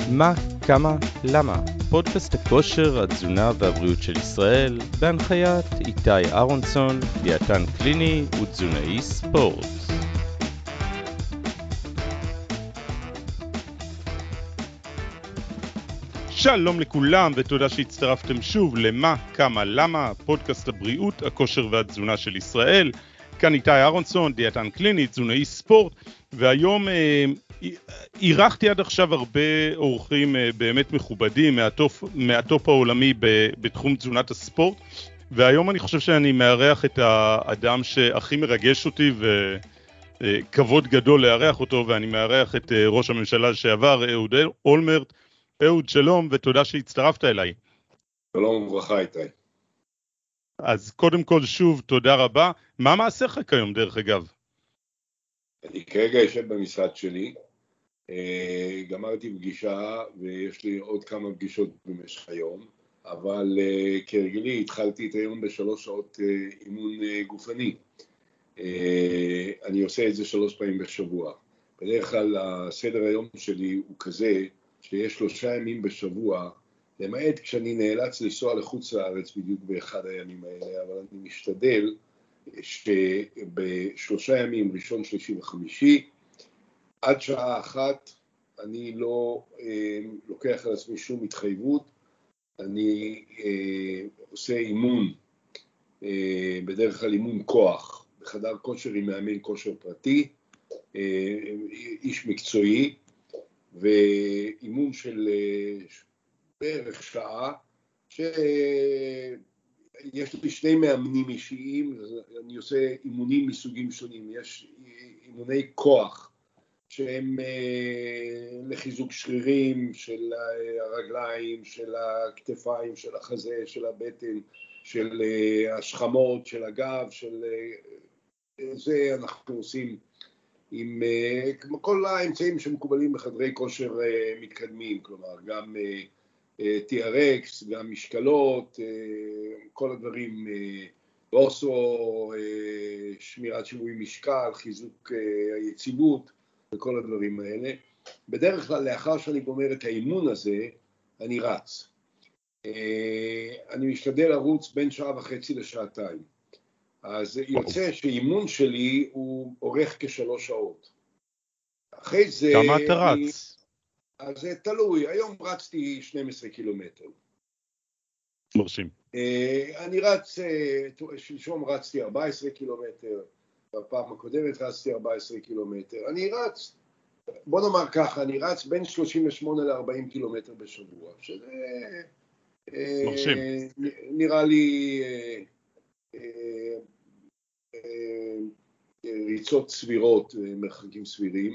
מה, כמה, למה? פודקאסט הכושר, התזונה והבריאות של ישראל, בהנחיית איתי אהרונסון, דיאטן קליני ותזונאי ספורט. שלום לכולם ותודה שהצטרפתם שוב למה, כמה, למה? פודקאסט הבריאות, הכושר והתזונה של ישראל. כאן איתי אהרונסון, דיאטן קליני, תזונאי ספורט, והיום אירחתי עד עכשיו הרבה אורחים באמת מכובדים מהטופ העולמי בתחום תזונת הספורט, והיום אני חושב שאני מארח את האדם שהכי מרגש אותי וכבוד גדול לארח אותו, ואני מארח את ראש הממשלה לשעבר אהוד אולמרט. אהוד, שלום ותודה שהצטרפת אליי. שלום וברכה איתי. אז קודם כל שוב תודה רבה. מה מעשיך כיום דרך אגב? אני כרגע יושב במשרד שלי, גמרתי פגישה ויש לי עוד כמה פגישות במשך היום, אבל כרגלי התחלתי את היום ב3 שעות אימון גופני. אני עושה את זה 3 פעמים בשבוע. בדרך כלל הסדר היום שלי הוא כזה שיש 3 ימים בשבוע, למעט כשאני נאלץ לנסוע לחוץ לארץ בדיוק באחד הימים האלה, אבל אני משתדל ב3 ימים, ראשון, שלישי וחמישי, עד שעה 1, אני לא לוקח על עצמי שום התחייבות, אני עושה אימון, בדרך כלל אימון כוח, בחדר כושר עם מאמן כושר פרטי, איש מקצועי, ואימון של בערך שעה, שיש לי 2 מאמנים אישיים, אני עושה אימונים מסוגים שונים, יש אימוני כוח, שהם לחיזוק שרירים של הרגליים, של הכתפיים, של החזה, של הבטן, של השכמות, של הגב, של זה אנחנו עושים עם כמו כל האמצעים שמקובלים בחדרי כושר מתקדמים, כלומר גם TRX, גם משקלות, כל הדברים, אוסו, שמירת שיווי משקל, חיזוק היציבות וכל הדברים האלה. בדרך כלל לאחר שאני גומר את האימון הזה, אני רץ. אני משתדל לרוץ בין 1.5 שעה לשעתיים. אז יוצא שאימון שלי הוא אורך כ3 שעות. אחרי זה... כמה אתה רץ? אז זה תלוי, היום רצתי 12 קילומטר. מרשים. אני רץ, שלשום רצתי 14 קילומטר, בפעם הקודמת רצתי 14 קילומטר. אני רץ, בוא נאמר ככה, אני רץ בין 38 ל-40 קילומטר בשבוע, שזה מרשים. נראה לי ריצות סבירות, מרחקים סבירים,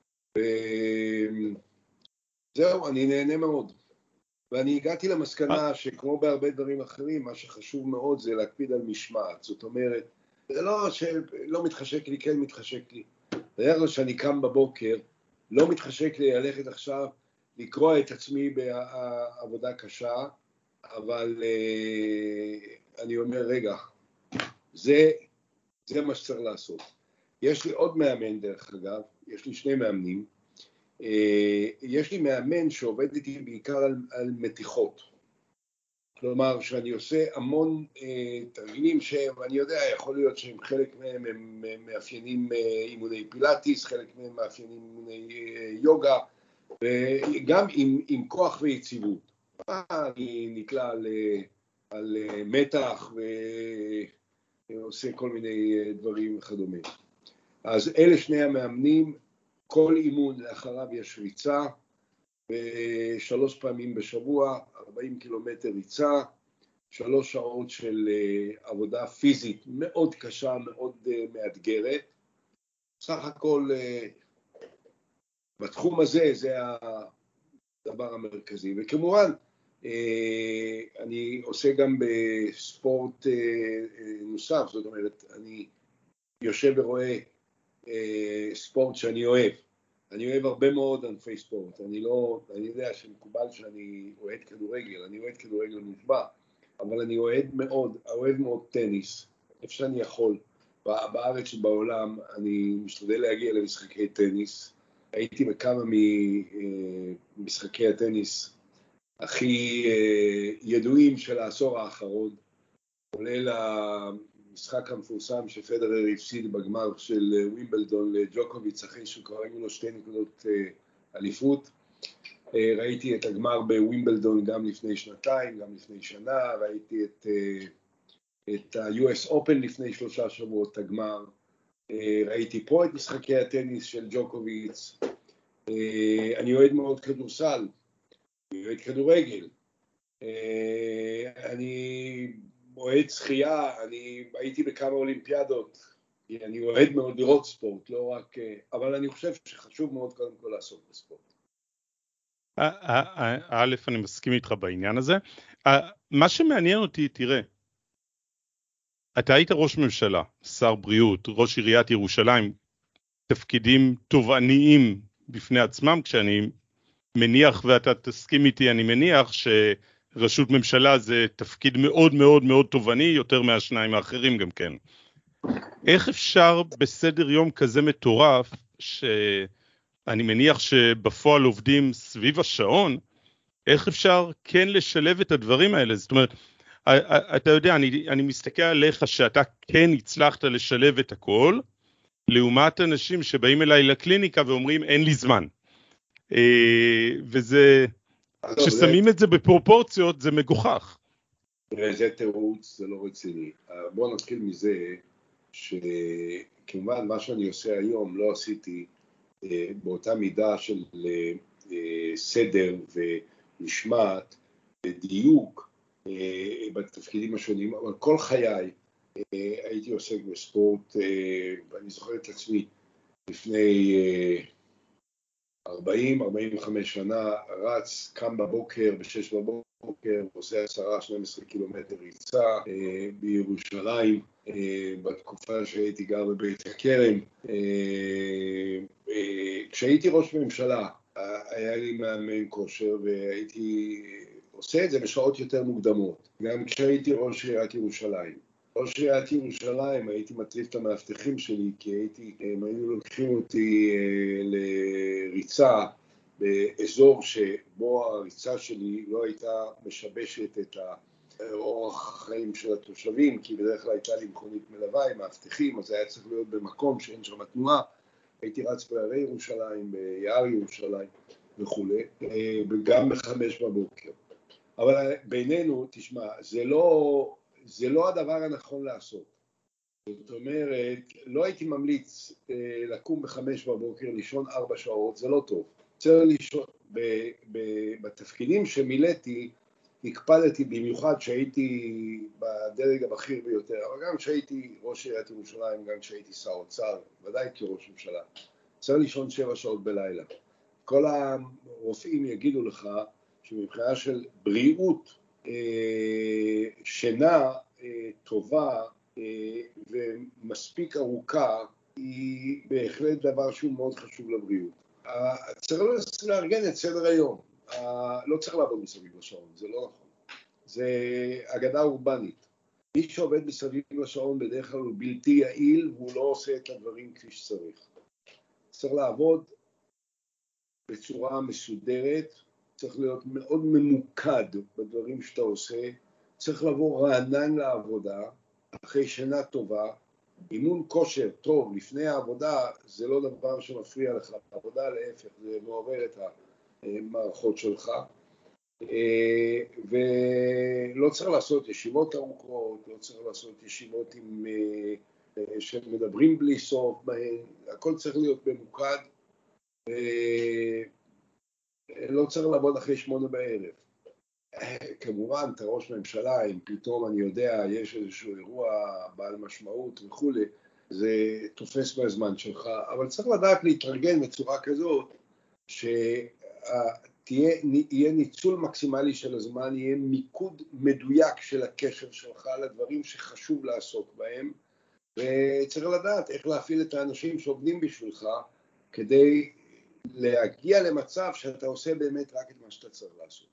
וזהו, אני נהנה מאוד. ואני הגעתי למסקנה שכמו בהרבה דברים אחרים, מה שחשוב מאוד זה להקפיד על משמעת. זאת אומרת, זה לא שלא מתחשק לי, כן מתחשק לי. בדרך כלל שאני קם בבוקר, לא מתחשק לי ללכת עכשיו לקרוא את עצמי בעבודה קשה, אבל אני אומר, רגע, זה מה שצריך לעשות. יש לי עוד מאמן דרך אגב, יש לי 2 מאמנים, יש לי מאמן שעובד איתי בעיקר על מתיחות, כלומר שאני עושה המון תרגילים שאני יודע, יכול להיות שהם חלק מהם הם מאפיינים אימוני פילאטיס, חלק מהם מאפיינים אימוני יוגה, וגם עם כוח ויציבות. אני נתלה על מתח ועושה כל מיני דברים וכדומה. אז אלה 2 המאמנים, כל אימון לאחריו יש ריצה, 3 פעמים בשבוע, 40 קילומטר ריצה, 3 שעות של עבודה פיזית מאוד קשה, מאוד מאתגרת. סך הכל בתחום הזה זה הדבר המרכזי. וכמובן, אני עושה גם בספורט נוסף, זאת אומרת, אני יושב ורואה ספורט שאני אוהב. אני אוהב הרבה מאוד ענפי ספורט. אני יודע שמקובל שאני אוהד כדורגל, אני אוהד כדורגל מושבע, אבל אני אוהב מאוד טניס, איפה שאני יכול. בארץ ובעולם אני משתדל להגיע למשחקי טניס, הייתי בכמה ממשחקי הטניס הכי ידועים של העשור האחרון, כולל המשחק המפורסם שפדרר הפסיד בגמר של ווימבלדון לג'וקוביץ, אחרי שכבר היו לו 2 נקודות אליפות. ראיתי את הגמר בווימבלדון גם לפני 2 גם לפני שנה, ראיתי את ה-US Open לפני 3 שבועות, את הגמר. ראיתי פה את משחקי הטניס של ג'וקוביץ. אני אוהד מאוד כדורסל, אני אוהד כדורגל, אני אוהד שחייה, אני הייתי בכמה אולימפיאדות, אני אוהד מאוד לראות ספורט, לא רק, אבל אני חושב שחשוב מאוד קודם כל לעסוק בספורט. א', אני מסכים איתך בעניין הזה. מה שמעניין אותי, תראה, אתה היית ראש ממשלה, שר בריאות, ראש עיריית ירושלים, תפקידים תובעניים בפני עצמם, כשאני מניח, ואתה תסכים איתי, אני מניח שראשות ממשלה זה תפקיד מאוד מאוד מאוד תובעני, יותר מהשניים האחרים גם כן. איך אפשר בסדר יום כזה מטורף, שאני מניח שבפועל עובדים סביב השעון, איך אפשר כן לשלב את הדברים האלה? זאת אומרת, אתה יודע, אני מסתכל עליך שאתה כן הצלחת לשלב את הכל, לעומת אנשים שבאים אליי לקליניקה ואומרים אין לי זמן. וזה, כששמים את זה בפרופורציות זה מגוחך. זה תירוץ, זה לא רציני. בואו נתחיל מזה שכמובן מה שאני עושה היום לא עשיתי באותה מידה של סדר ומשמעת ודיוק בתפקידים השונים, אבל כל חיי הייתי עוסק בספורט. אני זוכר את עצמי לפני 40-45 שנה, רץ, קם בבוקר, ב-6 בבוקר, עושה 10-12 קילומטר ריצה בירושלים, בתקופה שהייתי גר בבית הכרם. כשהייתי ראש ממשלה, היה לי מאמן כושר, והייתי עושה את זה בשעות יותר מוקדמות, גם כשהייתי ראש עיריית ירושלים. ראש עיריית ירושלים, הייתי מטריף את המאבטחים שלי, כי הם היו לוקחים אותי לריצה באזור שבו הריצה שלי לא הייתה משבשת את האורח החיים של התושבים, כי בדרך כלל הייתה לי מכונית מלווה עם מאבטחים, אז היה צריך להיות במקום שאין שם תנועה. הייתי רץ בערי ירושלים, ביער ירושלים וכו', וגם ב5 בבוקר. אבל בינינו, תשמע, זה לא הדבר הנכון לעשות. זאת אומרת, לא הייתי ממליץ לקום ב5 בבוקר, לישון 4 שעות, זה לא טוב. צריך לישון, בתפקידים שמילאתי, הקפדתי במיוחד שהייתי בדרג הבכיר ביותר, אבל גם כשהייתי ראש עיריית ירושלים, גם כשהייתי שר אוצר, ודאי כראש ממשלה, צריך לישון 7 שעות בלילה. כל הרופאים יגידו לך שמבחינה של בריאות, שינה טובה ומספיק ארוכה, היא בהחלט דבר שהוא מאוד חשוב לבריאות. צריך לארגן את סדר היום. לא צריך לעבוד מסביב לשעון, זה לא נכון. זה אגדה אורבנית. מי שעובד מסביב לשעון בדרך כלל הוא בלתי יעיל, והוא לא עושה את הדברים כפי שצריך. צריך לעבוד בצורה מסודרת, צריך להיות מאוד ממוקד בדברים שאתה עושה, צריך לבוא רענן לעבודה, אחרי שינה טובה. אימון כושר טוב לפני העבודה זה לא דבר שמפריע לך, העבודה להפך, זה מעורר את המערכות שלך, ולא צריך לעשות ישיבות ארוכות, לא צריך לעשות ישיבות שמדברים בלי סוף בהן, הכל צריך להיות ממוקד, לא צריך לעבוד אחרי 8 בערב. כמובן, אתה ראש ממשלה, אם פתאום אני יודע, יש איזשהו אירוע בעל משמעות וכו', זה תופס בזמן שלך, אבל צריך לדעת להתארגן בצורה כזאת, שיהיה ניצול מקסימלי של הזמן, יהיה מיקוד מדויק של הקשר שלך לדברים שחשוב לעסוק בהם, וצריך לדעת איך להפעיל את האנשים שעובדים בשבילך, כדי להגיע למצב שאתה עושה באמת רק את מה שאתה צריך לעשות.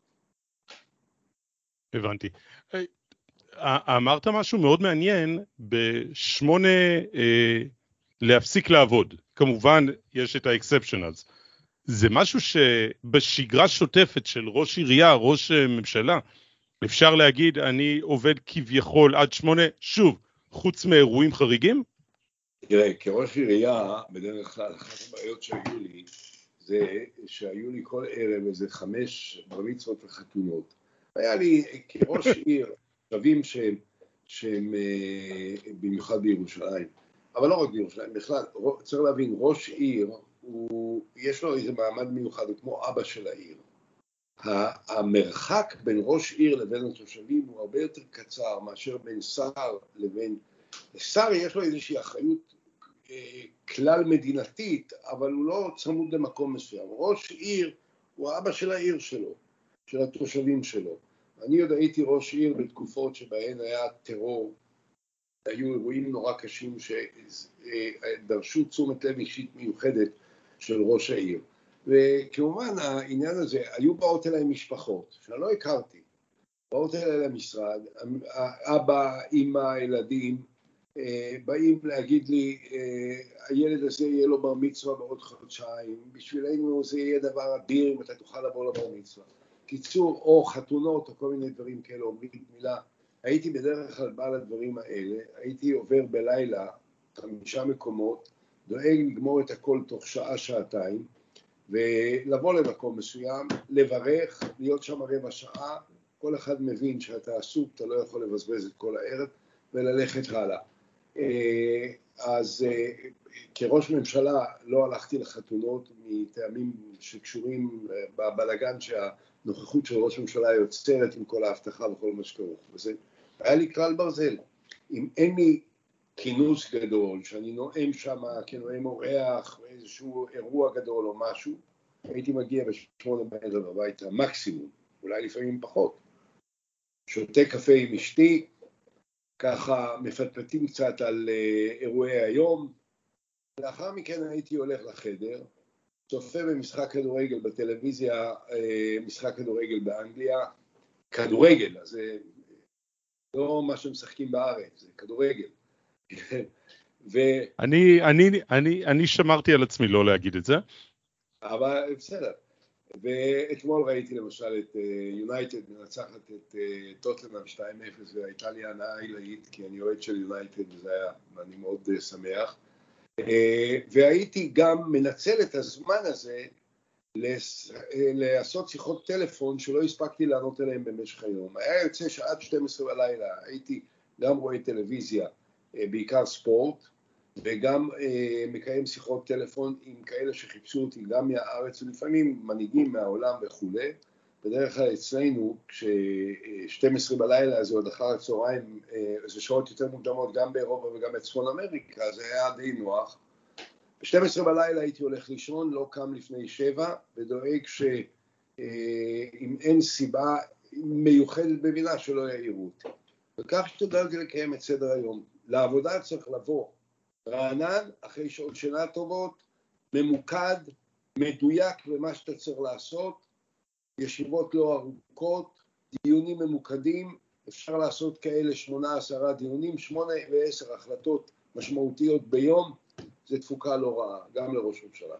הבנתי. אמרת משהו מאוד מעניין, ב8 להפסיק לעבוד. כמובן, יש את ה-exceptionals. זה משהו שבשגרה שוטפת של ראש עירייה, ראש ממשלה, אפשר להגיד, אני עובד כביכול עד 8, שוב, חוץ מאירועים חריגים? תראה, כראש עירייה, בדרך כלל, אחת הבעיות שהיו לי, זה שהיו לי כל ערב איזה 5 בר מצוות וחתונות. היה לי כראש עיר, שווים שהם במיוחד בירושלים, אבל לא רק בירושלים, בכלל, צריך להבין, ראש עיר, יש לו איזה מעמד מיוחד, הוא כמו אבא של העיר. המרחק בין ראש עיר לבין התושבים הוא הרבה יותר קצר מאשר בין שר לבין... שר יש לו איזושהי אחריות כלל מדינתית, אבל הוא לא צמוד למקום מסוים. ראש עיר הוא האבא של העיר שלו, של התושבים שלו. אני עוד הייתי ראש עיר בתקופות שבהן היה טרור, היו אירועים נורא קשים שדרשו תשומת לב אישית מיוחדת של ראש העיר. וכמובן העניין הזה, היו באות אליי משפחות שאני לא הכרתי, באות אליי למשרד, אבא, אמא, ילדים, באים להגיד לי, הילד הזה יהיה לו בר מצווה בעוד חודשיים, בשבילנו זה יהיה דבר אדיר אם אתה תוכל לבוא לבר מצווה. קיצור, או חתונות או כל מיני דברים כאלה, אומרים מילה. הייתי בדרך כלל בא לדברים האלה, הייתי עובר בלילה 5 מקומות, דואג לגמור את הכל תוך שעה, שעתיים, ולבוא למקום מסוים, לברך, להיות שם רבע שעה, כל אחד מבין שאתה עסוק, אתה לא יכול לבזבז את כל הערב, וללכת הלאה. אז כראש ממשלה לא הלכתי לחתונות מטעמים שקשורים בבלגן שהנוכחות של ראש ממשלה יוצרת עם כל ההבטחה וכל מה שכרוך. וזה היה לי כלל ברזל. אם אין לי כינוס גדול, שאני נואם שם כנואם אורח, איזשהו אירוע גדול או משהו, הייתי מגיע ב8 בערב הביתה, מקסימום, אולי לפעמים פחות. שותה קפה עם אשתי, ככה מפטפטים קצת על אירועי היום, לאחר מכן הייתי הולך לחדר, צופה במשחק כדורגל בטלוויזיה, משחק כדורגל באנגליה, כדורגל, אז זה לא מה שמשחקים בארץ, זה כדורגל. אני שמרתי על עצמי לא להגיד את זה. אבל בסדר. ואתמול ראיתי למשל את יונייטד מנצחת את טוטנהאם 2-0, והייתה לי הנאה עילאית, כי אני אוהד של יונייטד, וזה היה, ואני מאוד שמח. והייתי גם מנצל את הזמן הזה לעשות שיחות טלפון שלא הספקתי לענות עליהם במשך היום. היה יוצא שעד 12 בלילה הייתי גם רואה טלוויזיה, בעיקר ספורט, וגם מקיים שיחות טלפון עם כאלה שחיפשו אותי גם מהארץ, ולפעמים מנהיגים מהעולם וכו'. בדרך כלל אצלנו, כש-12 בלילה, זה עוד אחר הצהריים, זה שעות יותר מוקדמות גם באירופה וגם בצפון אמריקה, זה היה די נוח. ב-12 בלילה הייתי הולך לישון, לא קם לפני 7, ודואג שאם אין סיבה מיוחדת במילה שלא יעירו אותי. וכך שתדעתי לקיים את סדר היום. לעבודה צריך לבוא רענן, אחרי שעות שינה טובות, ממוקד, מדויק במה שאתה צריך לעשות, ישיבות לא ארוכות, דיונים ממוקדים, אפשר לעשות כאלה 8-10 דיונים, 8 ו10 החלטות משמעותיות ביום, זה תפוקה לא רעה, גם לראש ממשלה.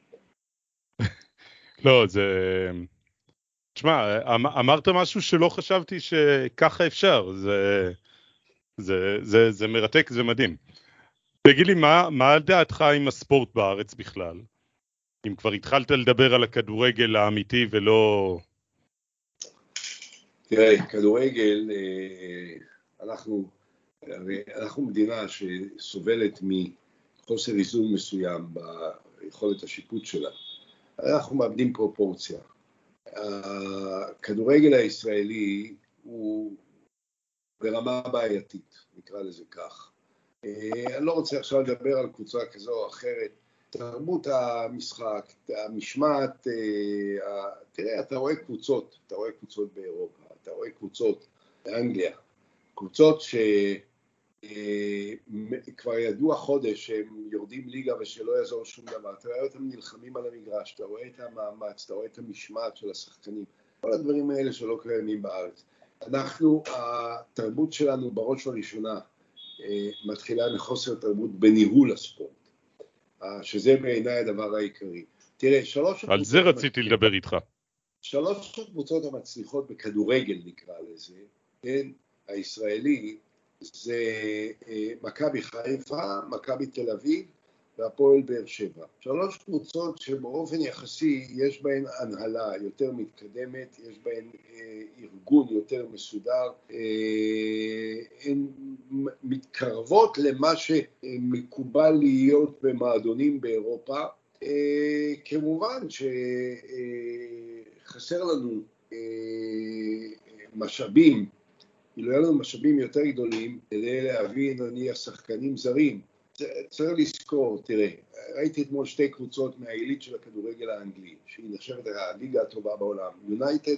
לא, זה... תשמע, אמרת משהו שלא חשבתי שככה אפשר, זה מרתק, זה מדהים. תגיד לי, מה דעתך עם הספורט בארץ בכלל? אם כבר התחלת לדבר על הכדורגל האמיתי ולא... תראה, כדורגל, אנחנו מדינה שסובלת מחוסר איזון מסוים ביכולת השיפוט שלה. אנחנו מאבדים פרופורציה. הכדורגל הישראלי הוא ברמה בעייתית, נקרא לזה כך. אני לא רוצה עכשיו לדבר על קבוצה כזו או אחרת. תרבות המשחק, המשמעת, תראה, אתה רואה קבוצות באירופה, אתה רואה קבוצות באנגליה, קבוצות שכבר ידוע חודש שהם יורדים ליגה ושלא יעזור שום דבר, אתה רואה אותם נלחמים על המגרש, אתה רואה את המאמץ, אתה רואה את המשמעת של השחקנים, כל הדברים האלה שלא קיימים בארץ. התרבות שלנו בראש ובראשונה מתחילה מחוסר תרבות בניהול הספורט, שזה בעיניי הדבר העיקרי. תראה, על זה רציתי לדבר איתך. 3 הקבוצות המצליחות בכדורגל נקרא לזה, כן, הישראלי, זה מכבי חיפה, מכבי תל אביב והפועל באר שבע. 3 קבוצות שבאופן יחסי יש בהן הנהלה יותר מתקדמת, יש בהן ארגון יותר מסודר, הן מתקרבות למה שמקובל להיות במועדונים באירופה. כמובן שחסר לנו משאבים, כאילו היה לנו משאבים יותר גדולים כדי להביא נניח שחקנים זרים. צריך לזכור, תראה, ראיתי אתמול 2 קבוצות מהעילית של הכדורגל האנגלי, שהיא נחשבת הליגה הטובה בעולם, יונייטד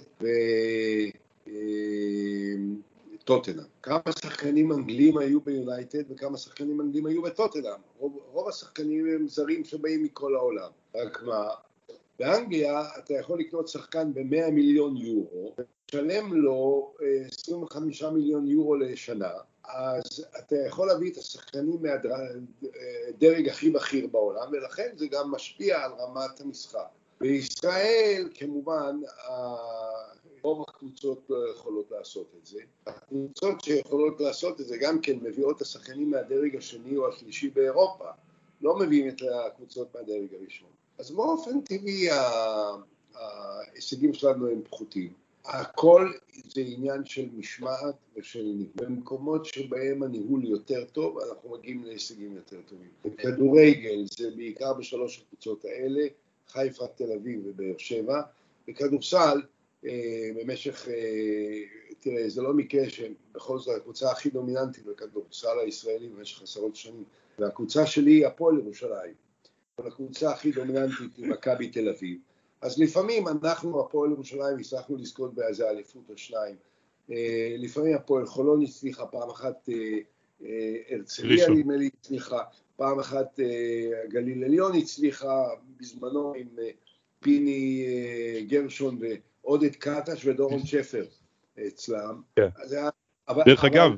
וטוטנהאם. כמה שחקנים אנגלים היו ביונייטד וכמה שחקנים אנגלים היו בטוטנהאם. רוב השחקנים הם זרים שבאים מכל העולם. רק מה, באנגליה אתה יכול לקנות שחקן ב100 מיליון יורו, לשלם לו 25 מיליון יורו לשנה, אז אתה יכול להביא את השחקנים מהדרג הכי בכיר בעולם, ולכן זה גם משפיע על רמת המשחק. בישראל, כמובן, רוב הקבוצות לא יכולות לעשות את זה. הקבוצות שיכולות לעשות את זה גם כן מביאות את השחקנים מהדרג השני או השלישי באירופה, לא מביאים את הקבוצות מהדרג הראשון. אז באופן טבעי ההישגים שלנו הם פחותים. הכל זה עניין של משמעת ושל ניהול. במקומות שבהם הניהול יותר טוב, אנחנו מגיעים להישגים יותר טובים. בכדורגל זה בעיקר ב3 הקבוצות האלה, חיפה, תל אביב ובאר שבע. בכדורסל, במשך, תראה, זה לא מקרה שבכל זאת הקבוצה הכי דומיננטית בכדורסל הישראלי במשך 10 שנים, והקבוצה שלי היא הפועל ירושלים. אבל הקבוצה הכי דומיננטית היא מכבי תל אביב. אז לפעמים אנחנו, הפועל ירושלים, הצלחנו לזכות באיזה אליפות או 2. לפעמים הפועל חולון הצליחה, פעם אחת הרצליה נדמה לי הצליחה, פעם אחת גליל עליון הצליחה בזמנו עם פיני גרשון ועודד קטש ודורון שפר אצלם. דרך אגב,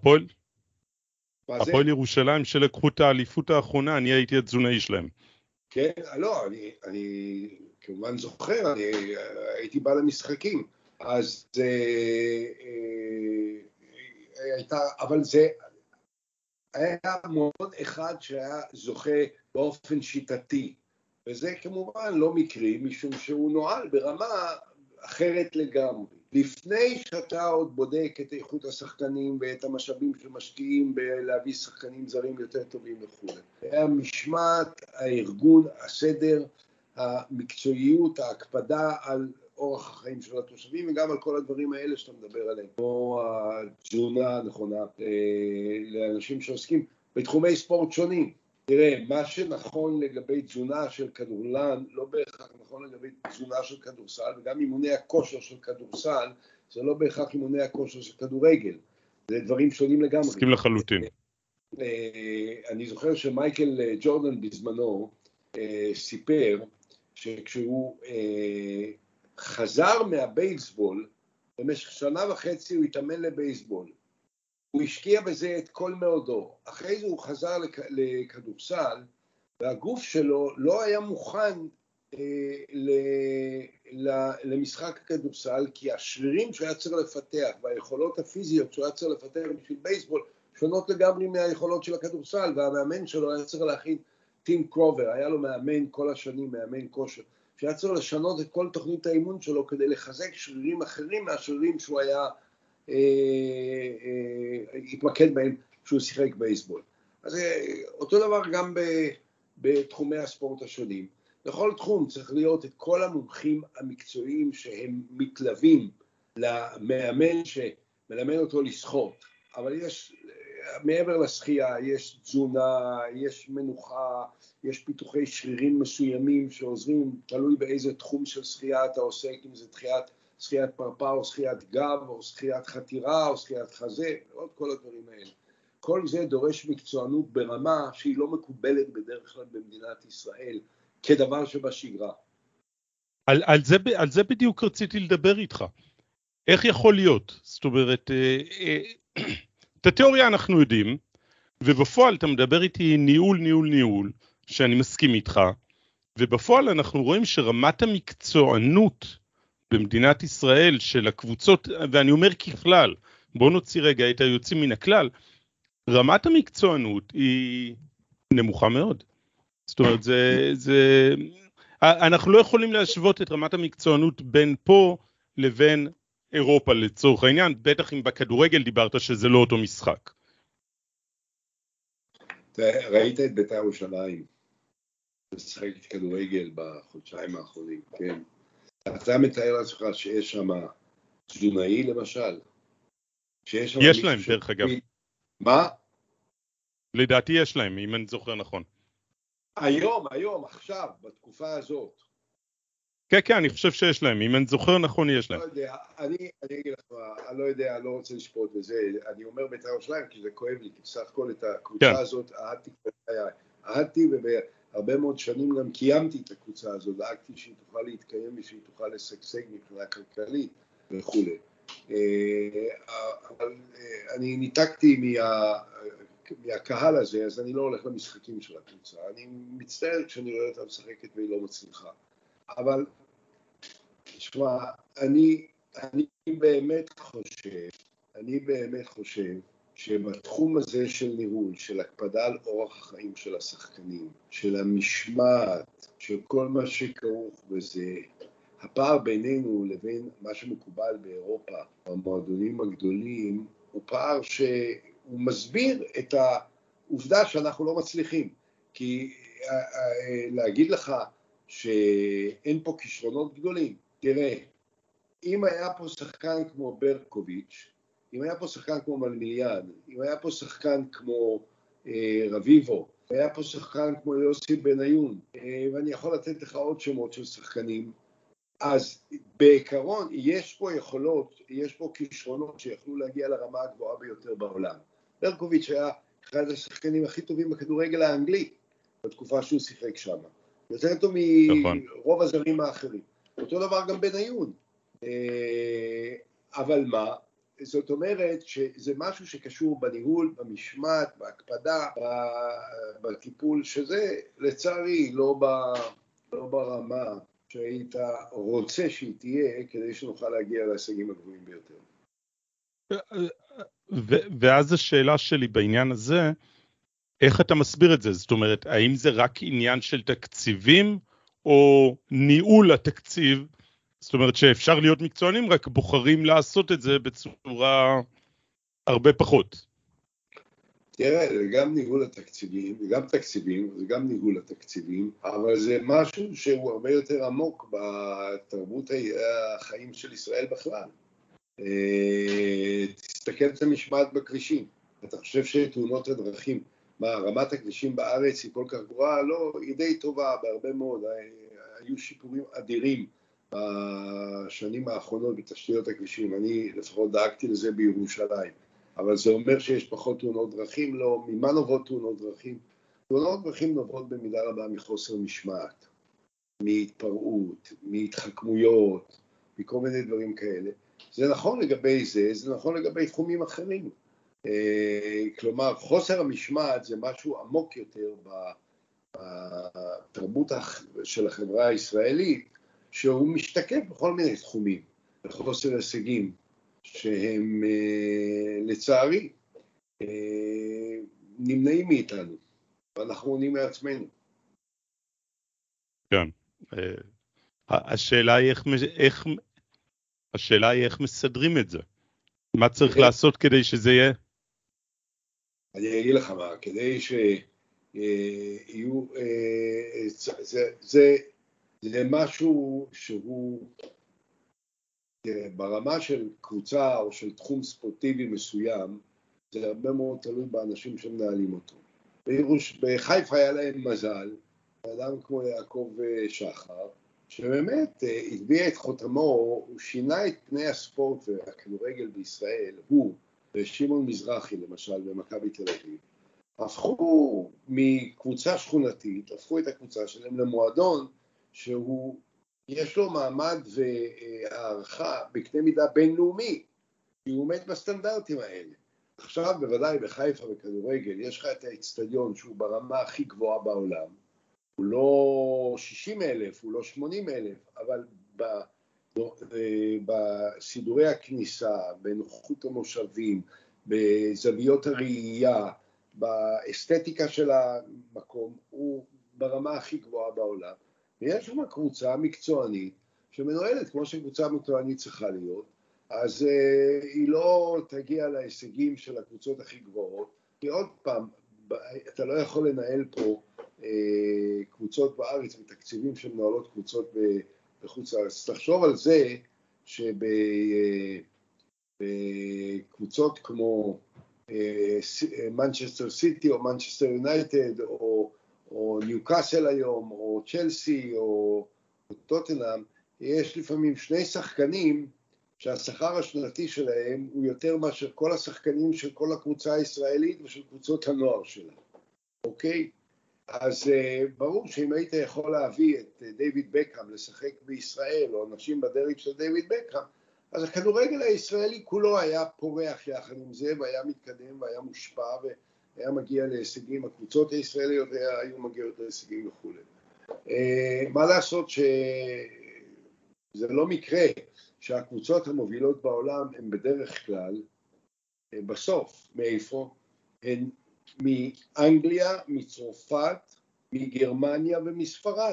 הפועל ירושלים שלקחו את האליפות האחרונה, אני הייתי התזונאי שלהם. כן, לא, אני כמובן זוכר, אני הייתי בא למשחקים, אז אבל זה היה מועדון אחד שהיה זוכה באופן שיטתי, וזה כמובן לא מקרי, משום שהוא נועל ברמה אחרת לגמרי. לפני שאתה עוד בודק את איכות השחקנים ואת המשאבים שמשקיעים בלהביא שחקנים זרים יותר טובים וכו'. המשמעת, הארגון, הסדר, המקצועיות, ההקפדה על אורח החיים של התושבים, וגם על כל הדברים האלה שאתה מדבר עליהם. כמו התזונה הנכונה לאנשים שעוסקים בתחומי ספורט שונים. תראה, מה שנכון לגבי תזונה של כדורלן, לא בהכרח נכון לגבי תזונה של כדורסל, וגם אימוני הכושר של כדורסל, זה לא בהכרח אימוני הכושר של כדורגל. זה דברים שונים לגמרי. מסכים לחלוטין. אני זוכר שמייקל ג'ורדן בזמנו סיפר, שכשהוא חזר מהבייסבול, במשך 1.5 הוא התאמן לבייסבול. הוא השקיע בזה את כל מאודו. אחרי זה הוא חזר לכדורסל, והגוף שלו לא היה מוכן למשחק הכדורסל, כי השרירים שהוא היה צריך לפתח, והיכולות הפיזיות שהוא היה צריך לפתח בשביל בייסבול, שונות לגמרי מהיכולות של הכדורסל, והמאמן שלו היה צריך להכין טים קרובר, היה לו מאמן כל השנים, מאמן כושר, שהיה צריך לשנות את כל תוכנית האימון שלו, כדי לחזק שרירים אחרים מהשרירים שהוא היה התמקד בהם שהוא שיחק בייסבול. אז אותו דבר גם בתחומי הספורט השונים. לכל תחום צריך להיות את כל המומחים המקצועיים שהם מתלווים למאמן שמלמד אותו לשחות. אבל יש, מעבר לשחייה, יש תזונה, יש מנוחה, יש פיתוחי שרירים מסוימים שעוזרים, תלוי באיזה תחום של שחייה אתה עושה, אם זה שחיית פרפר או שחיית גב או שחיית חתירה או שחיית חזה, ועוד כל הדברים האלה. כל זה דורש מקצוענות ברמה שהיא לא מקובלת בדרך כלל במדינת ישראל, כדבר שבשגרה. על זה בדיוק רציתי לדבר איתך. איך יכול להיות? זאת אומרת, את התיאוריה אנחנו יודעים, ובפועל אתה מדבר איתי ניהול, שאני מסכים איתך, ובפועל אנחנו רואים שרמת המקצוענות במדינת ישראל של הקבוצות, ואני אומר ככלל, בואו נוציא רגע את היוצאים מן הכלל, רמת המקצוענות היא נמוכה מאוד. זאת אומרת, אנחנו לא יכולים להשוות את רמת המקצוענות בין פה לבין אירופה לצורך העניין, בטח אם בכדורגל דיברת שזה לא אותו משחק. ראית את בית"ר ירושלים, משחקת כדורגל בחודשיים האחרונים, כן. אתה מתאר לעצמך שיש שם תזונאי למשל? יש להם דרך אגב. מה? לדעתי יש להם, אם אני זוכר נכון. היום, עכשיו, בתקופה הזאת. כן, אני חושב שיש להם, אם אני זוכר נכון יש להם. לא יודע, אני אגיד לך, אני לא יודע, אני לא רוצה לשפוט בזה, אני אומר בית"ר ירושלים כי זה כואב לי, כי בסך הכל את הקבוצה הזאת אהדתי ובהרבה מאוד שנים גם קיימתי את הקבוצה הזאת, דאגתי שהיא תוכל להתקיים ושהיא תוכל לשגשג מבחינה כלכלית וכו'. אבל אני ניתקתי מהקהל הזה, אז אני לא הולך למשחקים של הקבוצה. אני מצטער כשאני רואה אותה משחקת והיא לא מצליחה. אבל, תשמע, אני באמת חושב שבתחום הזה של ניהול, של הקפדה על אורח החיים של השחקנים, של המשמעת, של כל מה שכרוך בזה, הפער בינינו לבין מה שמקובל באירופה, במועדונים הגדולים, הוא פער שהוא מסביר את העובדה שאנחנו לא מצליחים. כי להגיד לך שאין פה כישרונות גדולים, תראה, אם היה פה שחקן כמו ברקוביץ', אם היה פה שחקן כמו מלמיליאן, אם היה פה שחקן כמו רביבו, היה פה שחקן כמו יוסי בניון, ואני יכול לתת לך עוד שמות של שחקנים, אז בעיקרון יש פה יכולות, יש פה כישרונות שיכולו להגיע לרמה הגבוהה ביותר בעולם. ברקוביץ' היה אחד השחקנים הכי טובים בכדורגל האנגלי, בתקופה שהוא שיחק שם. יותר טוב מרוב הזרים האחרים. אותו דבר גם בניון. אבל מה? זאת אומרת שזה משהו שקשור בניהול, במשמעת, בהקפדה, בטיפול, שזה לצערי לא ברמה שהיית רוצה שהיא תהיה, כדי שנוכל להגיע להישגים הגבוהים ביותר. ואז השאלה שלי בעניין הזה, איך אתה מסביר את זה? זאת אומרת, האם זה רק עניין של תקציבים, או ניהול התקציב? זאת אומרת שאפשר להיות מקצוענים, רק בוחרים לעשות את זה בצורה הרבה פחות. תראה, זה גם ניהול התקציבים, זה גם תקציבים, זה גם ניהול התקציבים, אבל זה משהו שהוא הרבה יותר עמוק בתרבות החיים של ישראל בכלל. תסתכל את המשמעת בכבישים. אתה חושב שתאונות הדרכים, רמת הכבישים בארץ היא כל כך גרועה? לא, היא די טובה בהרבה מאוד. היו שיפורים אדירים בשנים האחרונות בתשתיות הכבישים. אני לפחות דאגתי לזה בירושלים. אבל זה אומר שיש פחות תאונות דרכים? לא. ממה נובעות תאונות דרכים? תאונות דרכים נובעות במידה רבה מחוסר משמעת, מהתפרעות, מהתחכמויות, מכל מיני דברים כאלה. זה נכון לגבי זה, זה נכון לגבי תחומים אחרים. כלומר, חוסר המשמעת זה משהו עמוק יותר בתרבות של החברה הישראלית, שהוא משתקף בכל מיני תחומים, בחוסר הישגים, שהם לצערי נמנעים מאיתנו, ואנחנו עונים מעצמנו. כן. השאלה היא איך מסדרים את זה. מה צריך לעשות כדי שזה יהיה? אני אגיד לך מה, כדי שיהיו, זה משהו שהוא ברמה של קבוצה או של תחום ספורטיבי מסוים, זה הרבה מאוד תלוי באנשים שמנהלים אותו. בחיפה היה להם מזל, אדם כמו יעקב שחר, שבאמת הטביע את חותמו, הוא שינה את פני הספורט והכדורגל בישראל, הוא ושמעון מזרחי למשל במכבי תל אביב, הפכו מקבוצה שכונתית, הפכו את הקבוצה שלהם למועדון שהוא יש לו מעמד והערכה בקנה מידה בינלאומי, כי הוא עומד בסטנדרטים האלה. עכשיו בוודאי בחיפה בכדורגל יש לך את האצטדיון שהוא ברמה הכי גבוהה בעולם, הוא לא 60,000, הוא לא 80,000, אבל בסידורי הכניסה, בנוחות המושבים, בזוויות הראייה, באסתטיקה של המקום, הוא ברמה הכי גבוהה בעולם. ויש שם קבוצה מקצוענית שמנוהלת כמו שקבוצה מקצוענית צריכה להיות, אז היא לא תגיע להישגים של הקבוצות הכי גבוהות, כי עוד פעם, אתה לא יכול לנהל פה קבוצות בארץ ותקציבים שמנהלות קבוצות בחוץ לארץ. תחשוב על זה שבקבוצות כמו מנצ'סטר סיטי או מנצ'סטר יונייטד או ניוקאסל היום או צ'לסי או טוטנהאם, יש לפעמים שני שחקנים שהשכר השנתי שלהם הוא יותר מאשר כל השחקנים של כל הקבוצה הישראלית ושל קבוצות הנוער שלה. אוקיי? אז ברור שאם היית יכול להביא את דיוויד בקהאם לשחק בישראל, או אנשים בדרג של דיוויד בקהאם, אז הכדורגל הישראלי כולו היה פורח יחד עם זה, והיה מתקדם והיה מושפע, והיה מגיע להישגים, הקבוצות הישראליות היו מגיעות להישגים וכו'. מה לעשות שזה לא מקרה שהקבוצות המובילות בעולם הן בדרך כלל, בסוף, מאיפה? הן מאנגליה, מצרפת, מגרמניה ומספרד,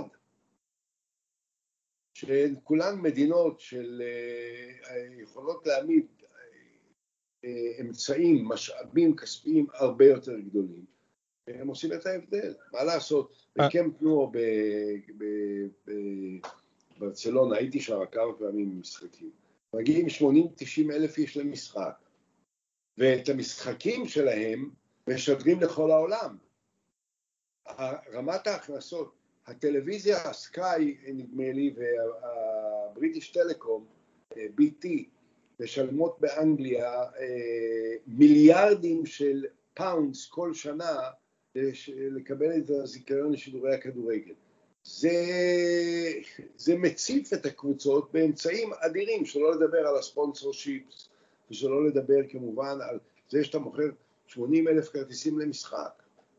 שהן כולן מדינות של יכולות להעמיד אמצעים, משאבים כספיים הרבה יותר גדולים, והם עושים את ההבדל. מה לעשות? בקמפ נו בברצלונה, הייתי שם כמה פעמים משחקים, מגיעים 80-90 אלף איש למשחק, ואת המשחקים שלהם משדרים לכל העולם. רמת ההכנסות, הטלוויזיה, הסקאי, נדמה לי, והבריטיש טלקום, BT, משלמות באנגליה מיליארדים של פאונדס כל שנה לקבל את הזיכיון לשידורי הכדורגל. זה מציף את הקבוצות באמצעים אדירים, שלא לדבר על הספונסור שיפס, ושלא לדבר כמובן על זה שאתה מוכר 80,000 כרטיסים למשחק.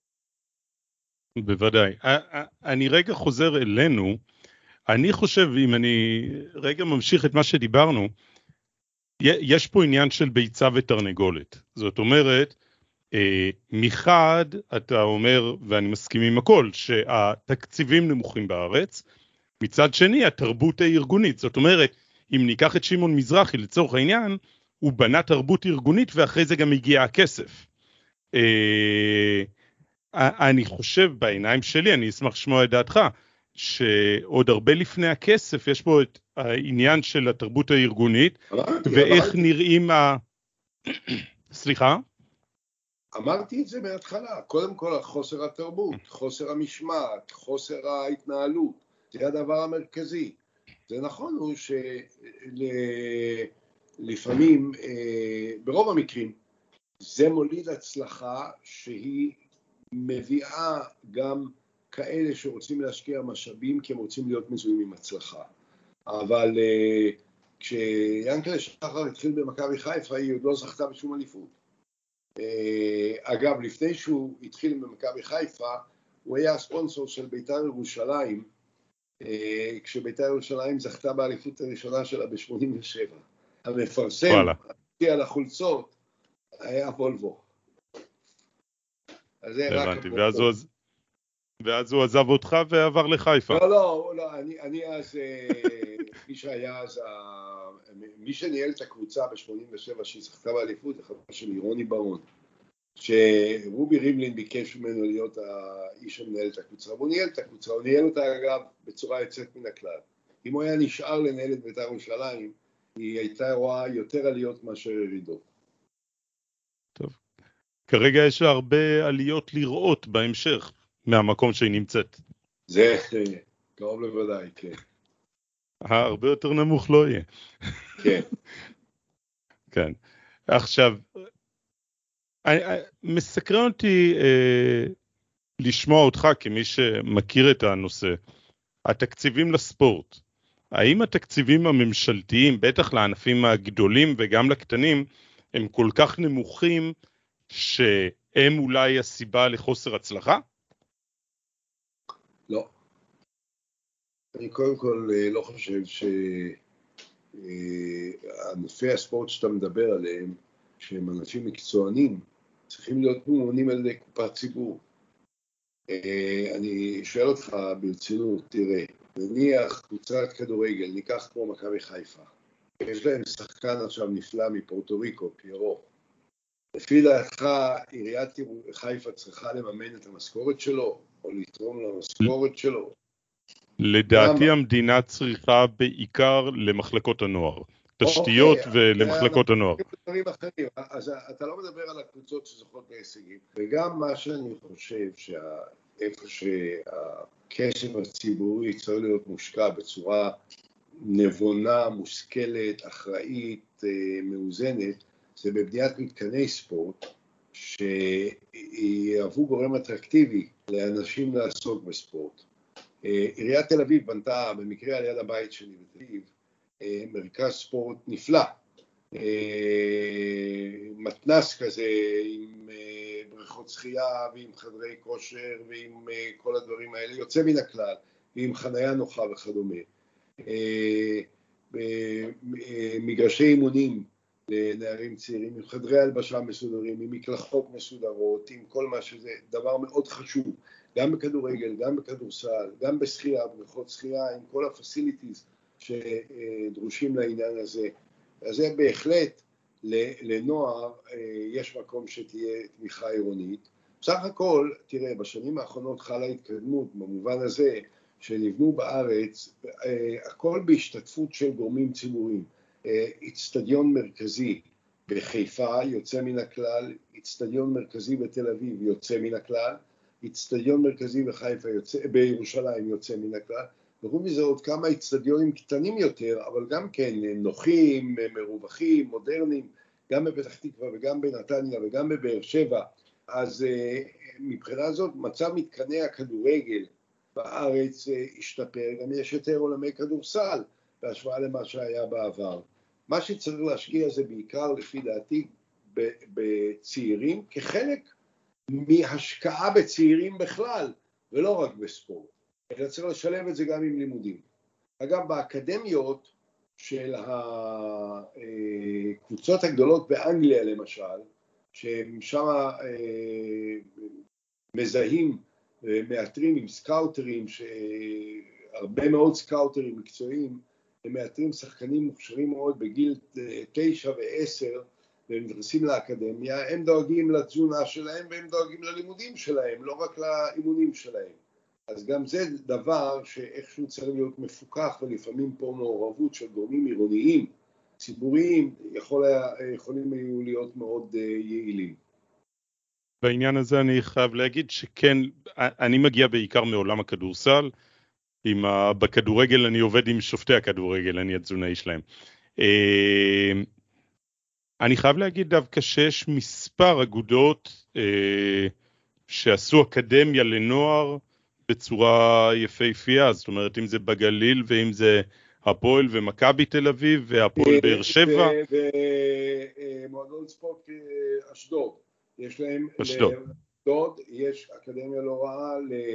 בוודאי. אני רגע חוזר אלינו, אני חושב, אם אני רגע ממשיך את מה שדיברנו, יש פה עניין של ביצה ותרנגולת. זאת אומרת, מחד אתה אומר, ואני מסכים עם הכל, שהתקציבים נמוכים בארץ, מצד שני התרבות הארגונית. זאת אומרת, אם ניקח את שמעון מזרחי לצורך העניין, הוא בנה תרבות ארגונית ואחרי זה גם הגיע הכסף. אני חושב בעיניים שלי, אני אשמח לשמוע את דעתך, שעוד הרבה לפני הכסף יש פה את העניין של התרבות הארגונית, ואיך נראים סליחה? אמרתי את זה מההתחלה, קודם כל חוסר התרבות, חוסר המשמעת, חוסר ההתנהלות, זה הדבר המרכזי. זה נכון הוא שלפעמים, ברוב המקרים, זה מוליד הצלחה שהיא מביאה גם כאלה שרוצים להשקיע משאבים כי הם רוצים להיות מזוהים עם הצלחה. אבל כשיאנקל'ה שחר התחיל במכבי חיפה, היא עוד לא זכתה בשום אליפות. אגב, לפני שהוא התחיל במכבי חיפה, הוא היה הספונסור של בית"ר ירושלים, כשבית"ר ירושלים זכתה באליפות הראשונה שלה ב-87. המפרסם, על החולצות, היה וולבו. הבנתי, ואז הוא עזב אותך ועבר לחיפה. לא, אני אז, מי שניהל את הקבוצה ב-87 שהיא זכתה באליפות, אחד של רוני ברון, שרובי ריבלין ביקש ממנו להיות האיש שמנהל את הקבוצה, והוא ניהל את הקבוצה, הוא ניהל אותה אגב בצורה יוצאת מן הכלל. אם הוא היה נשאר לנהל את בית"ר ירושלים, היא הייתה רואה יותר עליות מאשר ירידות. טוב. כרגע יש לה הרבה עליות לראות בהמשך מהמקום שהיא נמצאת. זה קרוב לוודאי, כן. הרבה יותר נמוך לא יהיה. כן. כן. עכשיו, מסקרן אותי לשמוע אותך כמי שמכיר את הנושא. התקציבים לספורט. האם התקציבים הממשלתיים, בטח לענפים הגדולים וגם לקטנים, הם כל כך נמוכים שהם אולי הסיבה לחוסר הצלחה? לא. אני קודם כל לא חושב שענפי הספורט שאתה מדבר עליהם, שהם ענפים מקצוענים, צריכים להיות ממומנים על ידי קופת ציבור. אני שואל אותך ברצינות, תראה, נניח קבוצת כדורגל, ניקח כמו מכבי חיפה, יש להם שחקן עכשיו נפלא מפורטו ריקו, פיירו. לפי דעתך, עיריית חיפה צריכה לממן את המשכורת שלו, או לתרום למשכורת שלו? לדעתי המדינה צריכה בעיקר למחלקות הנוער, תשתיות ולמחלקות הנוער. אז אתה לא מדבר על הקבוצות שזוכות בהישגים, וגם מה שאני חושב איפה שהכסף הציבורי צריך להיות מושקע בצורה נבונה, מושכלת, אחראית, מאוזנת, זה בבניית מתקני ספורט שיהוו גורם אטרקטיבי לאנשים לעסוק בספורט. עיריית תל אביב בנתה במקרה על יד הבית שלי בתל אביב מרכז ספורט נפלא, מתנס כזה עם בריכות שחייה ועם חדרי כושר ועם כל הדברים האלה, יוצא מן הכלל, ועם חנייה נוחה וכדומה. מגרשי אימונים לנערים צעירים, עם חדרי הלבשה מסודרים, עם מקלחות מסודרות, עם כל מה שזה דבר מאוד חשוב, גם בכדורגל, גם בכדורסל, גם בשחייה, בריכות שחייה, עם כל הפסיליטיז שדרושים לעניין הזה. אז זה בהחלט לנוער יש מקום שתהיה תמיכה עירונית. בסך הכל, תראה, בשנים האחרונות חלה התקדמות במובן הזה שנבנו בארץ, הכל בהשתתפות של גורמים ציבוריים. אצטדיון מרכזי בחיפה יוצא מן הכלל, אצטדיון מרכזי בתל אביב יוצא מן הכלל, אצטדיון מרכזי בירושלים יוצא מן הכלל, וחוץ מזה עוד כמה אצטדיונים קטנים יותר, אבל גם כן נוחים, מרווחים, מודרניים, גם בפתח תקווה וגם בנתניה וגם בבאר שבע. אז מבחינה זאת מצב מתקני הכדורגל בארץ השתפר, גם יש יותר עולמי כדורסל בהשוואה למה שהיה בעבר. מה שצריך להשקיע זה בעיקר לפי דעתי בצעירים, כחלק מהשקעה בצעירים בכלל, ולא רק בספורט, אלא צריך לשלב את זה גם עם לימודים. אגב, באקדמיות של הקבוצות הגדולות באנגליה למשל, שהם שם מזהים, מאתרים עם סקאוטרים, שהרבה מאוד סקאוטרים מקצועיים, הם מאתרים שחקנים מוכשרים מאוד בגיל 9 ו10, והם נכנסים לאקדמיה, הם דואגים לתזונה שלהם והם דואגים ללימודים שלהם, לא רק לאימונים שלהם. אז גם זה דבר שאיכשהו צריך להיות מפוקח, ולפעמים פה מעורבות של גורמים עירוניים, ציבוריים, יכולים היו להיות מאוד יעילים. בעניין הזה אני חייב להגיד שכן, אני מגיע בעיקר מעולם הכדורסל, בכדורגל אני עובד עם שופטי הכדורגל, אני התזונאי שלהם. אני חייב להגיד דווקא שיש מספר אגודות שעשו אקדמיה לנוער בצורה יפהפייה, זאת אומרת אם זה בגליל ואם זה הפועל ומכבי תל אביב והפועל באר שבע. ומועדון ספורט אשדוד, יש להם אשדוד. לאשדוד, יש אקדמיה לא רעה,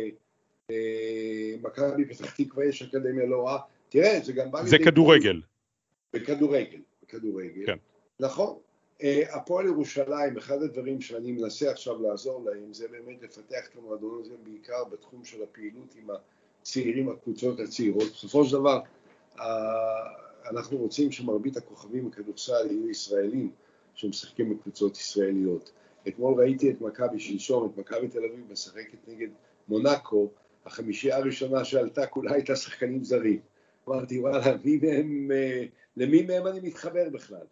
למכבי פתח תקווה יש אקדמיה לא רעה. תראה, זה גם בא זה כדורגל. בכדורגל. כן. נכון. הפועל ירושלים, אחד הדברים שאני מנסה עכשיו לעזור להם, זה באמת לפתח את המועדון הזה, בעיקר בתחום של הפעילות עם הצעירים, הקבוצות הצעירות. בסופו של דבר, אנחנו רוצים שמרבית הכוכבים בכדורסל יהיו ישראלים, שמשחקים בקבוצות ישראליות. אתמול ראיתי את מכבי שלשום, את מכבי תל אביב משחקת נגד מונאקו, החמישייה הראשונה שעלתה כולה הייתה שחקנים זרים. אמרתי, וואלה, למי מהם אני מתחבר בכלל?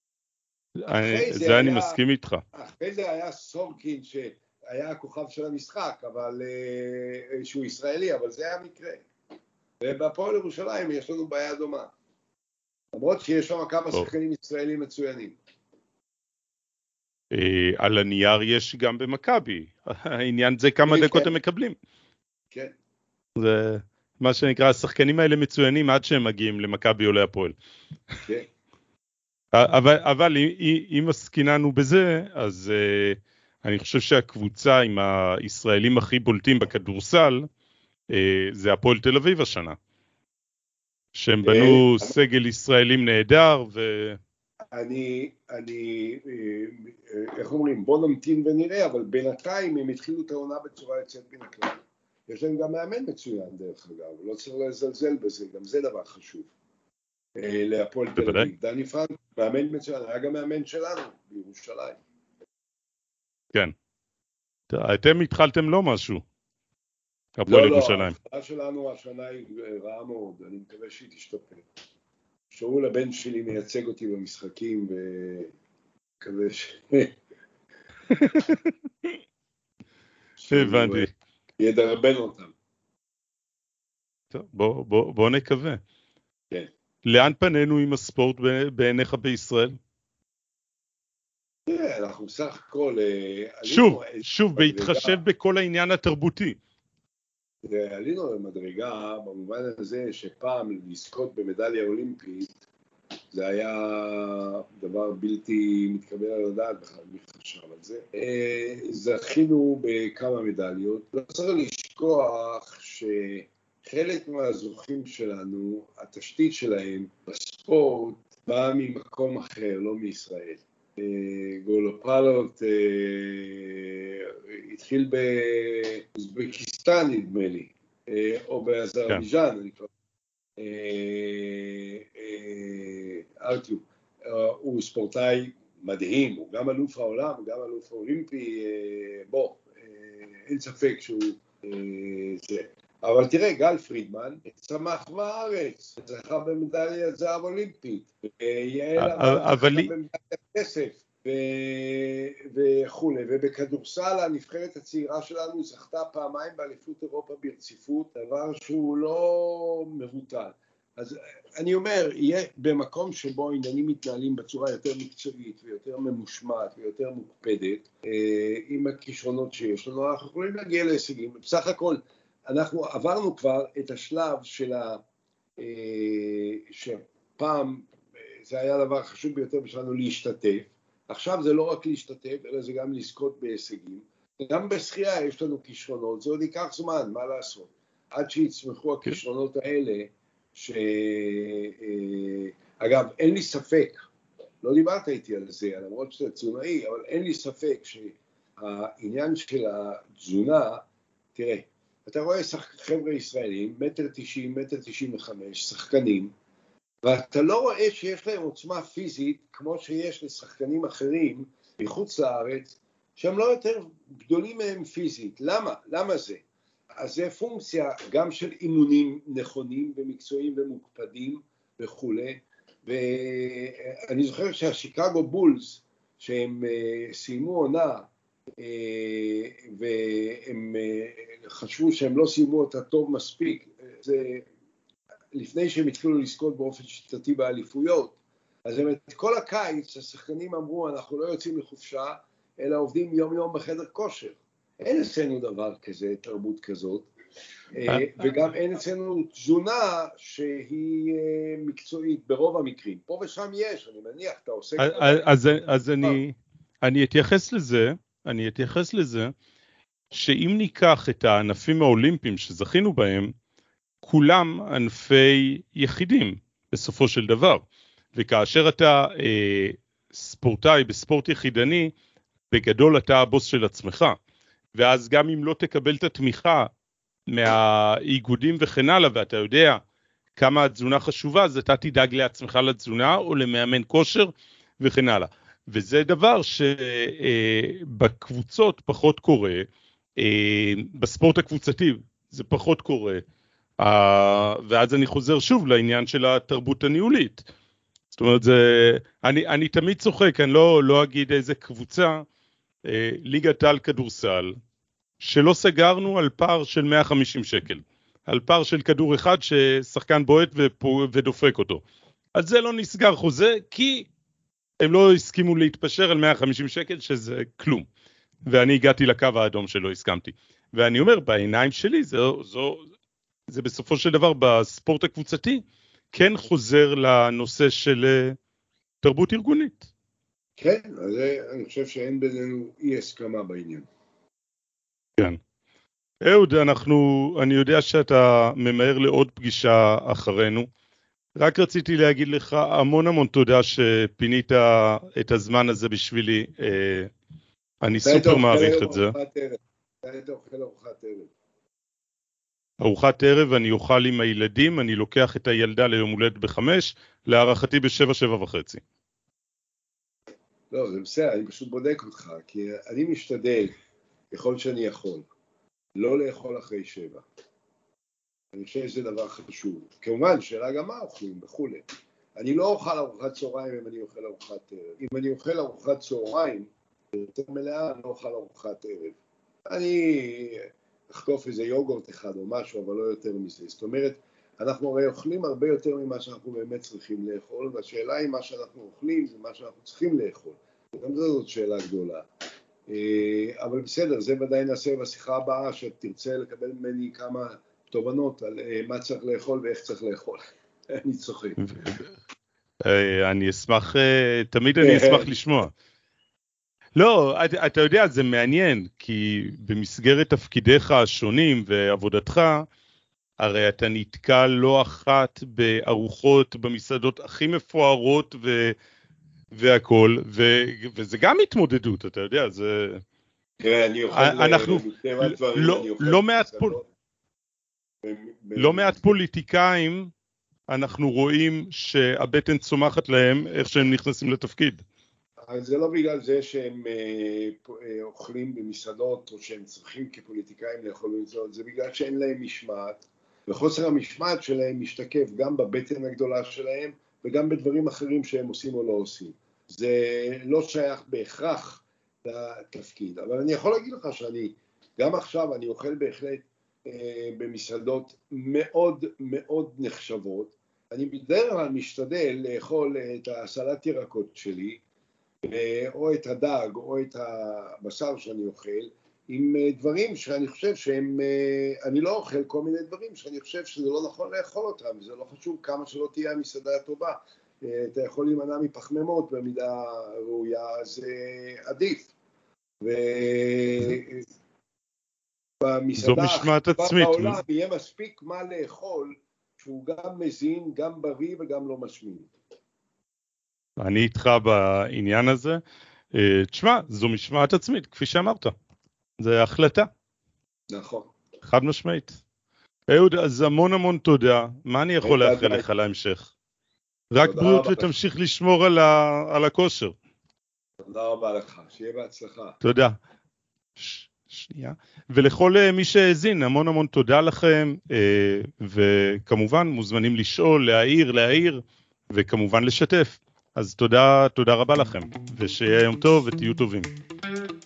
זה אני מסכים איתך. אחרי זה היה סורקין שהיה הכוכב של המשחק, אבל שהוא ישראלי, אבל זה היה המקרה. ובפועל ירושלים יש לנו בעיה דומה. למרות שיש שם כמה שחקנים ישראלים מצוינים. על הנייר יש גם במכבי. העניין זה כמה דקות הם מקבלים. כן. זה מה שנקרא, השחקנים האלה מצוינים עד שהם מגיעים למכבי או להפועל. כן. אבל אם עסקיננו בזה, אז אני חושב שהקבוצה עם הישראלים הכי בולטים בכדורסל, זה הפועל תל אביב השנה. שהם בנו סגל ישראלים נהדר, איך אומרים, בוא נמתין ונראה, אבל בינתיים הם התחילו את העונה בצורה יוצאת מן הכלל. יש להם גם מאמן מצוין דרך אגב, לא צריך לזלזל בזה, גם זה דבר חשוב. להפועל תל אביב. דני פרנק, מאמן מצוין, היה גם מאמן שלנו בירושלים. כן. אתם התחלתם לא משהו. הפועל ירושלים. לא, ההתחלה שלנו השנה היא רעה מאוד, אני מקווה שהיא תשתפר. שאול הבן שלי מייצג אותי במשחקים, ומקווה הבנתי. ידרבן אותם. טוב, בוא נקווה. כן. לאן פנינו עם הספורט בעיניך בישראל? אנחנו סך הכל... שוב, בהתחשב בכל העניין התרבותי. עלינו למדרגה במובן הזה שפעם לזכות במדליה אולימפית זה היה דבר בלתי מתקבל על הדעת בכלל, מי חשב על זה. זכינו בכמה מדליות. לא צריך לשכוח שחלק מהזוכים שלנו, התשתית שלהם בספורט באה ממקום אחר, לא מישראל. גולופלוט התחיל באוזבקיסטן נדמה לי, או באזרבייג'אן, אני כבר... ארטיו, הוא ספורטאי מדהים, הוא גם אלוף העולם, הוא גם אלוף האולימפי, אין ספק שהוא זה. אבל תראה, גל פרידמן צמח בארץ, זכה במדליה זהב אולימפית, יעל אמר זכה במדליית כסף וכו'. ובכדורסל הנבחרת הצעירה שלנו זכתה פעמיים באליפות אירופה ברציפות, דבר שהוא לא מבוטל. אז אני אומר, יהיה במקום שבו עניינים מתנהלים בצורה יותר מקצועית ויותר ממושמעת ויותר מוקפדת, עם הכישרונות שיש לנו, אנחנו יכולים להגיע להישגים. בסך הכל, אנחנו עברנו כבר את השלב של שפעם זה היה הדבר החשוב ביותר בשבילנו להשתתף, עכשיו זה לא רק להשתתף, אלא זה גם לזכות בהישגים. גם בשחייה יש לנו כישרונות, זה עוד ייקח זמן, מה לעשות? עד שיצמחו הכישרונות האלה, אגב, אין לי ספק, לא דיברת איתי על זה, למרות שאתה תזונאי, אבל אין לי ספק שהעניין של התזונה, תראה, אתה רואה חבר'ה ישראלים, 1.90 1.95 שחקנים, ואתה לא רואה שיש להם עוצמה פיזית כמו שיש לשחקנים אחרים מחוץ לארץ, שהם לא יותר גדולים מהם פיזית. למה? למה זה? אז זה פונקציה גם של אימונים נכונים ומקצועיים ומוקפדים וכו'. ואני זוכר שהשיקגו בולס, שהם סיימו עונה, והם חשבו שהם לא סיימו אותה טוב מספיק, זה לפני שהם התחילו לזכות באופן שיטתי באליפויות, אז הם את כל הקיץ השחקנים אמרו אנחנו לא יוצאים לחופשה, אלא עובדים יום יום בחדר כושר. אין אצלנו דבר כזה, תרבות כזאת, וגם אין אצלנו תזונה שהיא מקצועית ברוב המקרים. פה ושם יש, אני מניח, אתה עושה... אז אני אתייחס לזה, שאם ניקח את הענפים האולימפיים שזכינו בהם, כולם ענפי יחידים בסופו של דבר. וכאשר אתה ספורטאי בספורט יחידני, בגדול אתה הבוס של עצמך. ואז גם אם לא תקבל את התמיכה מהאיגודים וכן הלאה, ואתה יודע כמה התזונה חשובה, אז אתה תדאג לעצמך לתזונה או למאמן כושר וכן הלאה. וזה דבר שבקבוצות פחות קורה, בספורט הקבוצתי זה פחות קורה, ואז אני חוזר שוב לעניין של התרבות הניהולית. זאת אומרת, אני תמיד צוחק, אני לא אגיד איזה קבוצה, ליגת העל כדורסל, שלא סגרנו על פער של 150 שקל, על פער של כדור אחד ששחקן בועט ודופק אותו. אז זה לא נסגר חוזה, כי הם לא הסכימו להתפשר על 150 שקל, שזה כלום. ואני הגעתי לקו האדום שלא הסכמתי. ואני אומר, בעיניים שלי, זה בסופו של דבר בספורט הקבוצתי, כן חוזר לנושא של תרבות ארגונית. כן, אז אני חושב שאין בינינו אי הסכמה בעניין. כן. אהוד, אני יודע שאתה ממהר לעוד פגישה אחרינו, רק רציתי להגיד לך המון המון תודה שפינית את הזמן הזה בשבילי. אני סופר מעריך את זה. אתה היית אוכל ארוחת ערב. ארוחת ערב אני אוכל עם הילדים, אני לוקח את הילדה ליום הולדת ב5, להערכתי ב7:30. לא, זה בסדר, אני פשוט בודק אותך, כי אני משתדל, ככל שאני יכול, לא לאכול אחרי 7. אני חושב שזה דבר חשוב. כמובן, שאלה גם מה אוכלים וכולי. אני לא אוכל ארוחת צהריים אם אני אוכל ארוחת ערב. אם אני אוכל ארוחת צהריים, יותר מלאה, אני לא אוכל ארוחת ערב. אני אחטוף איזה יוגורט אחד או משהו, אבל לא יותר מזה. זאת אומרת, אנחנו הרי אוכלים הרבה יותר ממה שאנחנו באמת צריכים לאכול, והשאלה היא מה שאנחנו אוכלים זה מה שאנחנו צריכים לאכול. גם זאת שאלה גדולה. אבל בסדר, זה ודאי נעשה בשיחה הבאה, שתרצה לקבל ממני כמה תובנות על מה צריך לאכול ואיך צריך לאכול. אני צוחק. אני אשמח, תמיד אני אשמח לשמוע. לא, אתה יודע, זה מעניין, כי במסגרת תפקידיך השונים ועבודתך, הרי אתה נתקל לא אחת בארוחות במסעדות הכי מפוארות והכל, וזה גם התמודדות, אתה יודע, זה... תראה, אני אוכל... אנחנו לא מעט פוליטיקאים, אנחנו רואים שהבטן צומחת להם איך שהם נכנסים לתפקיד. אז זה לא בגלל זה שהם אוכלים במסעדות או שהם צריכים כפוליטיקאים לאכול במסעדות, זה בגלל שאין להם משמעת, וחוסר המשמעת שלהם משתקף גם בבטן הגדולה שלהם וגם בדברים אחרים שהם עושים או לא עושים. זה לא שייך בהכרח לתפקיד, אבל אני יכול להגיד לך שאני, גם עכשיו אני אוכל בהחלט במסעדות מאוד מאוד נחשבות, אני בדרך כלל משתדל לאכול את הסלט ירקות שלי, או את הדג או את הבשר שאני אוכל, עם דברים שאני חושב שהם, אני לא אוכל כל מיני דברים שאני חושב שזה לא נכון לאכול אותם, וזה לא חשוב כמה שלא תהיה המסעדה הטובה, אתה יכול להימנע מפחמימות במידה ראויה, אז עדיף. ובמסעדה הטובה בעולם יהיה מספיק מה לאכול, שהוא גם מזין, גם בריא וגם לא משמין. אני איתך בעניין הזה. תשמע, זו משמעת עצמית, כפי שאמרת. זה החלטה. נכון. חד משמעית. אהוד, אז המון המון תודה. מה אני יכול לאחל לך להמשך? רק בריאות ותמשיך לשמור על הכושר. תודה רבה לך, שיהיה בהצלחה. תודה. שנייה. ולכל מי שהאזין, המון המון תודה לכם, וכמובן מוזמנים לשאול, להעיר, וכמובן לשתף. אז תודה רבה לכם, ושיהיה יום טוב ותהיו טובים.